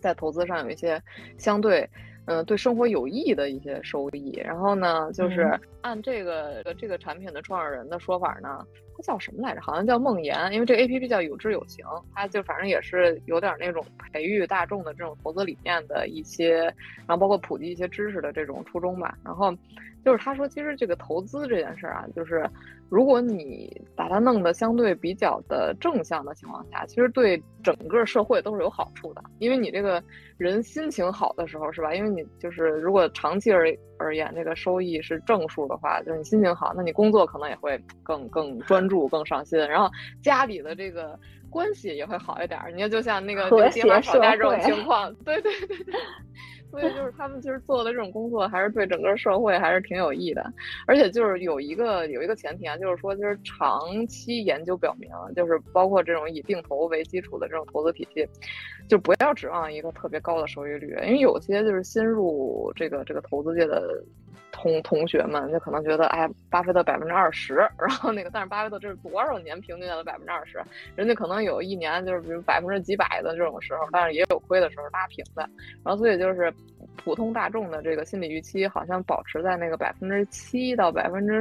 在投资上有一些相对对生活有益的一些收益。然后呢，就是按这个产品的创始人的说法呢，它叫什么来着？好像叫梦妍，因为这个 APP 叫有知有行，它就反正也是有点那种培育大众的这种投资理念的一些，然后包括普及一些知识的这种初衷吧。然后就是他说，其实这个投资这件事啊，就是如果你把它弄得相对比较的正向的情况下，其实对整个社会都是有好处的。因为你这个人心情好的时候，是吧？因为你就是如果长期而言，这个收益是正数的话，就是你心情好，那你工作可能也会更专注、更上心，然后家里的这个关系也会好一点。你看，就像那个爹妈吵架这种情况，对。所以就是他们就是做的这种工作，还是对整个社会还是挺有益的。而且就是有一个前提啊，就是说就是长期研究表明，就是包括这种以定投为基础的这种投资体系，就不要指望一个特别高的收益率，因为有些就是新入这个投资界的同学们就可能觉得，哎，巴菲特20%，然后但是巴菲特这是多少年平均下来20%，人家可能有一年就是比如几百的这种时候，但是也有亏的时候，拉平的。然后所以就是普通大众的这个心理预期好像保持在那个7%到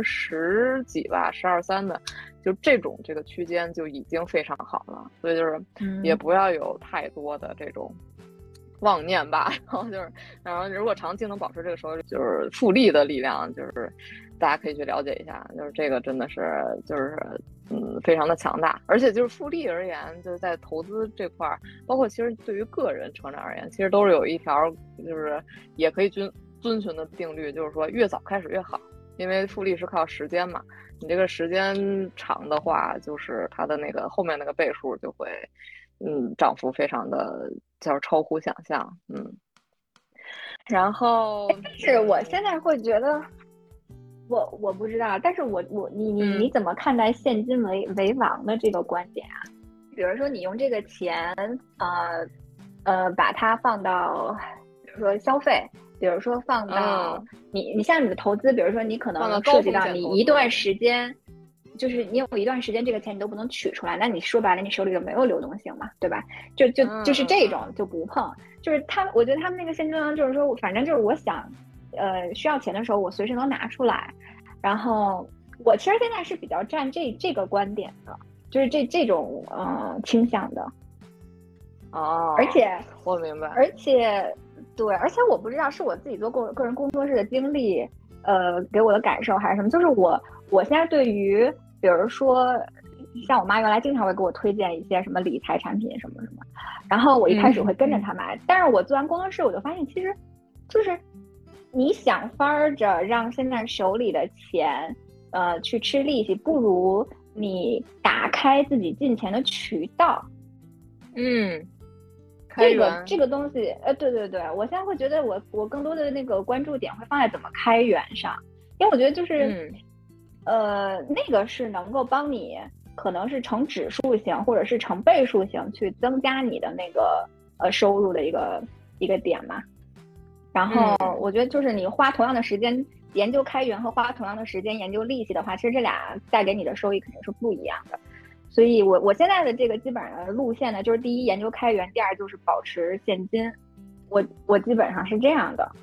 10%几吧，12、13的，就这个区间就已经非常好了。所以就是也不要有太多的这种妄念吧。然后如果长期能保持这个收益率，就是复利的力量，就是大家可以去了解一下，就是这个真的是就是非常的强大。而且就是复利而言，就是在投资这块，包括其实对于个人成长而言，其实都是有一条就是也可以遵循的定律，就是说越早开始越好。因为复利是靠时间嘛，你这个时间长的话，就是它的那个后面那个倍数就会涨幅非常的叫超乎想象。然后但是我现在会觉得我不知道，但是你怎么看待现金为王的这个观点啊？比如说你用这个钱把它放到比如说消费，比如说放到你像你的投资，比如说你可能涉及到你一段时间，就是你有一段时间这个钱你都不能取出来，那你说白了你手里就没有流动性嘛，对吧？就是这种就不碰。就是我觉得他们那个现金流就是说，反正就是我想需要钱的时候我随时能拿出来。然后我其实现在是比较站这个观点的，就是这种倾向的。而且我明白。 而且我不知道是我自己做个人工作室的经历给我的感受还是什么，就是我现在对于比如说像我妈原来经常会给我推荐一些什么理财产品什么什么，然后我一开始会跟着她买，但是我做完工作室我就发现，其实就是你想法着让现在手里的钱去吃利息，不如你打开自己进钱的渠道。这个东西对，我现在会觉得我更多的那个关注点会放在怎么开源上，因为我觉得就是那个是能够帮你可能是呈指数型或者是呈倍数型去增加你的那个收入的一个点嘛。然后我觉得就是你花同样的时间研究开源和花同样的时间研究利息的话，其实这俩带给你的收益肯定是不一样的。所以我现在的这个基本上的路线呢，就是第一研究开源，第二就是保持现金。我基本上是这样的。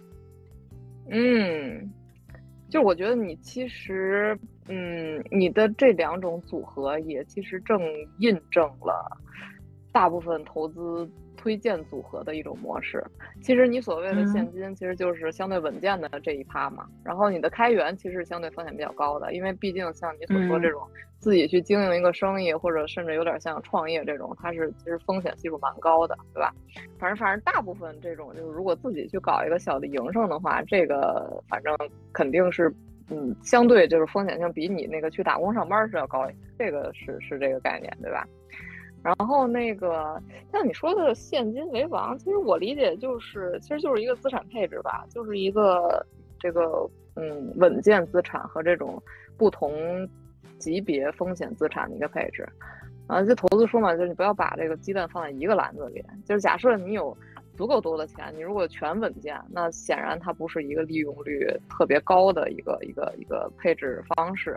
就我觉得你其实你的这两种组合也其实正印证了大部分投资推荐组合的一种模式。其实你所谓的现金其实就是相对稳健的这一趴嘛，然后你的开源其实相对风险比较高的，因为毕竟像你所说这种自己去经营一个生意，或者甚至有点像创业这种，它是其实风险系数蛮高的，对吧？反正大部分这种就是如果自己去搞一个小的营生的话，这个反正肯定是相对就是风险性比你那个去打工上班是要高一些，这个是这个概念，对吧？然后那个像你说的现金为王，其实我理解就是一个资产配置吧，就是一个这个稳健资产和这种不同级别风险资产的一个配置。就投资说嘛，就是你不要把这个鸡蛋放在一个篮子里，就是假设你有足够多的钱，你如果全稳健，那显然它不是一个利用率特别高的一个配置方式。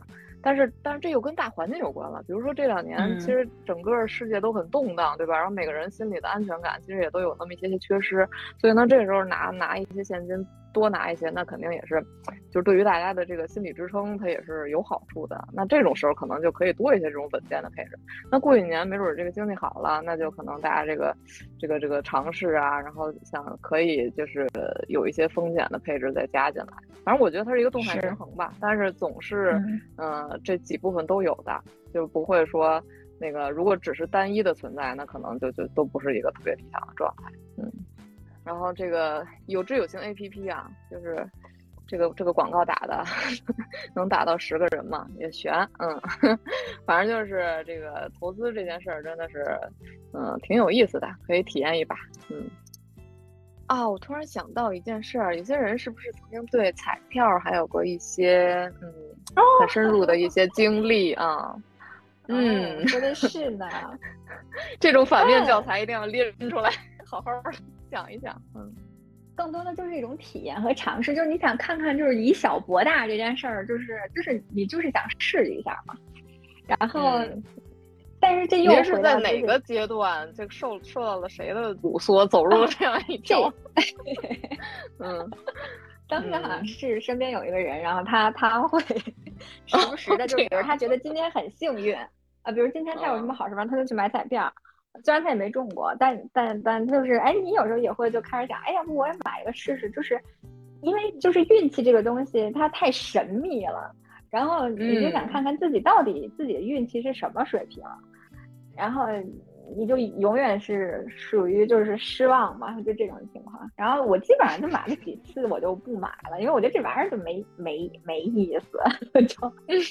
但是这又跟大环境有关了。比如说这2年，其实整个世界都很动荡，对吧？然后每个人心里的安全感其实也都有那么一些缺失，所以呢，这个时候拿一些现金，多拿一些，那肯定也是，就是对于大家的这个心理支撑，它也是有好处的。那这种时候可能就可以多一些这种稳健的配置。那过几年没准这个经济好了，那就可能大家这个尝试啊，然后想可以就是有一些风险的配置再加进来。反正我觉得它是一个动态平衡吧，但是总是这几部分都有的，就不会说那个如果只是单一的存在，那可能就都不是一个特别理想的状态。然后这个有知有行 APP 啊，就是这个广告打的能打到10个人嘛，也悬。反正就是这个投资这件事儿真的是挺有意思的，可以体验一把。我突然想到一件事儿，有些人是不是曾经对彩票还有过一些很深入的一些经历啊？ 说的是呢。 这种反面教材一定要拎出来好好讲一讲。 更多的就是一种体验和尝试，就是你想看看，就是以小博大这件事儿，就是你就是想试一下嘛。然后，但是这又是在哪个阶段，这个受到了谁的鼓唆，走入了这样一条？ 当时好像是身边有一个人，然后他会时不时的，就比如他觉得今天很幸运比如今天他有什么好事吧，他就去买彩票。虽然他也没中过，但就是你有时候也会就开始想，要不我也买一个试试，就是因为就是运气这个东西它太神秘了，然后你就想看看自己到底自己的运气是什么水平，然后你就永远是属于就是失望嘛，就这种情况。然后我基本上就买了几次我就不买了，因为我觉得这玩意儿就没意思就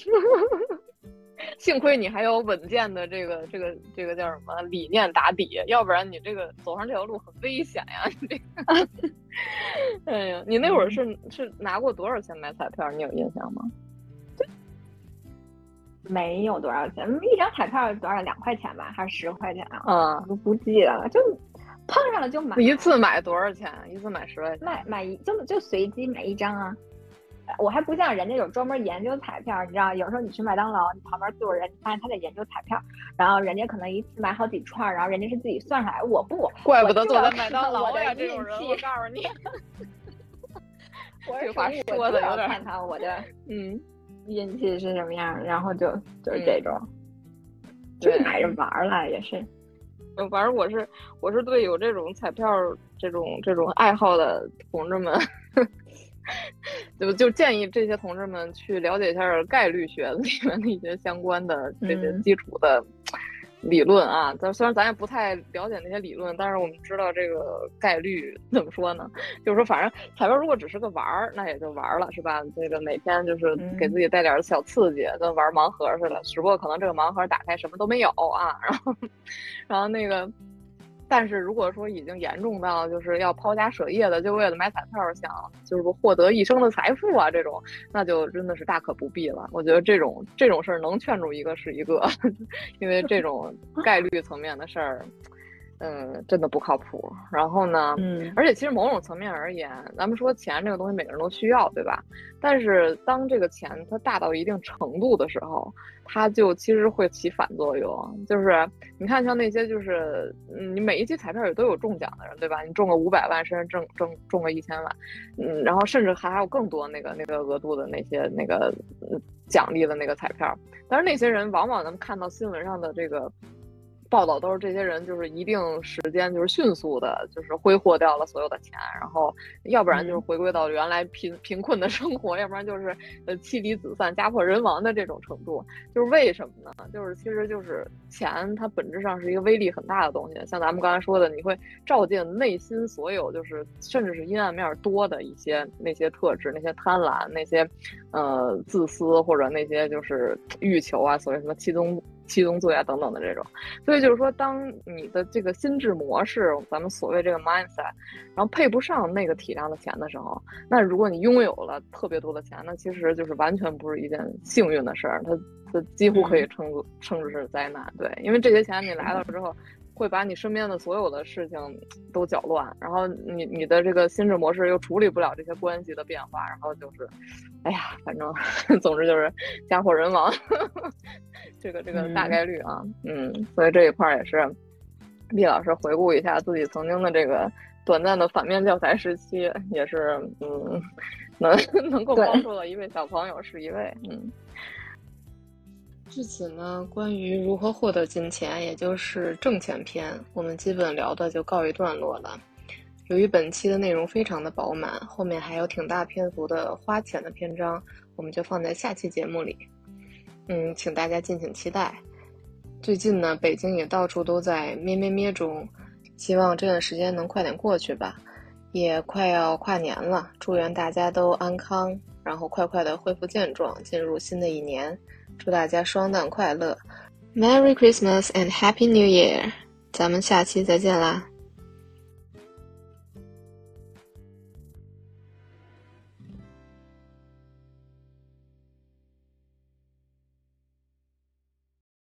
幸亏你还有稳健的这个叫什么理念打底，要不然你这个走上这条路很危险呀！你这个，哎呀，你那会儿是拿过多少钱买彩票？你有印象吗？ 没有多少钱，一张彩票多少？2块钱吧，还是10块钱啊？不记得了，就碰上了就买。 一次买多少钱？一次买10块钱？ 买就随机买一张啊。我还不像人家有专门研究彩票，你知道，有时候你去麦当劳，你旁边坐着人，你发现他在研究彩票，然后人家可能一次买好几串，然后人家是自己算下来，我不， 怪不得坐在麦当劳呀，这种人，我告诉你， 这话说的有点看看我的运气是什么样，然后就是这种，就买着玩了也是。 反正我是对有这种彩票这种爱好的同志们。就建议这些同志们去了解一下概率学里面的一些相关的这些基础的理论啊。虽然咱也不太了解那些理论，但是我们知道这个概率怎么说呢？就是说，反正彩票如果只是个玩儿，那也就玩了，是吧？这个每天就是给自己带点小刺激，跟玩盲盒似的。只不过可能这个盲盒打开什么都没有啊，然后那个。但是如果说已经严重到就是要抛家舍业的，就为了买彩票想就是获得一生的财富啊，这种那就真的是大可不必了。我觉得这种事儿能劝住一个是一个，因为这种概率层面的事儿，真的不靠谱。然后呢，而且其实某种层面而言，咱们说钱这个东西每个人都需要，对吧？但是当这个钱它大到一定程度的时候，它就其实会起反作用。就是你看像那些就是你每一期彩票也都有中奖的人，对吧？你中个500万，甚至中个1000万，然后甚至还有更多那个额度的那些那个奖励的那个彩票。但是那些人往往能看到新闻上的这个报道，都是这些人就是一定时间就是迅速的就是挥霍掉了所有的钱，然后要不然就是回归到原来贫困的生活，要不然就是妻离子散家破人亡的这种程度。就是为什么呢？就是其实就是钱它本质上是一个威力很大的东西，像咱们刚才说的，你会照见内心所有就是甚至是阴暗面多的一些那些特质，那些贪婪，那些自私，或者那些就是欲求啊，所谓什么七宗罪啊等等的这种。所以就是说，当你的这个心智模式，咱们所谓这个 mindset， 然后配不上那个体量的钱的时候，那如果你拥有了特别多的钱，那其实就是完全不是一件幸运的事儿，它几乎可以称之是灾难。对，因为这些钱你来了之后， 会把你身边的所有的事情都搅乱，然后你的这个心智模式又处理不了这些关系的变化，然后就是，哎呀，反正总之就是家破人亡，这个大概率啊，所以这一块也是毕老师回顾一下自己曾经的这个短暂的反面教材时期，也是能够帮助到一位小朋友是一位。 至此呢，关于如何获得金钱，也就是挣钱篇，我们基本聊的就告一段落了。由于本期的内容非常的饱满，后面还有挺大篇幅的花钱的篇章，我们就放在下期节目里。请大家敬请期待。最近呢，北京也到处都在咩中，希望这段时间能快点过去吧。也快要跨年了，祝愿大家都安康，然后快快的恢复健壮，进入新的一年。祝大家双旦快乐 ，Merry Christmas and Happy New Year！ 咱们下期再见啦。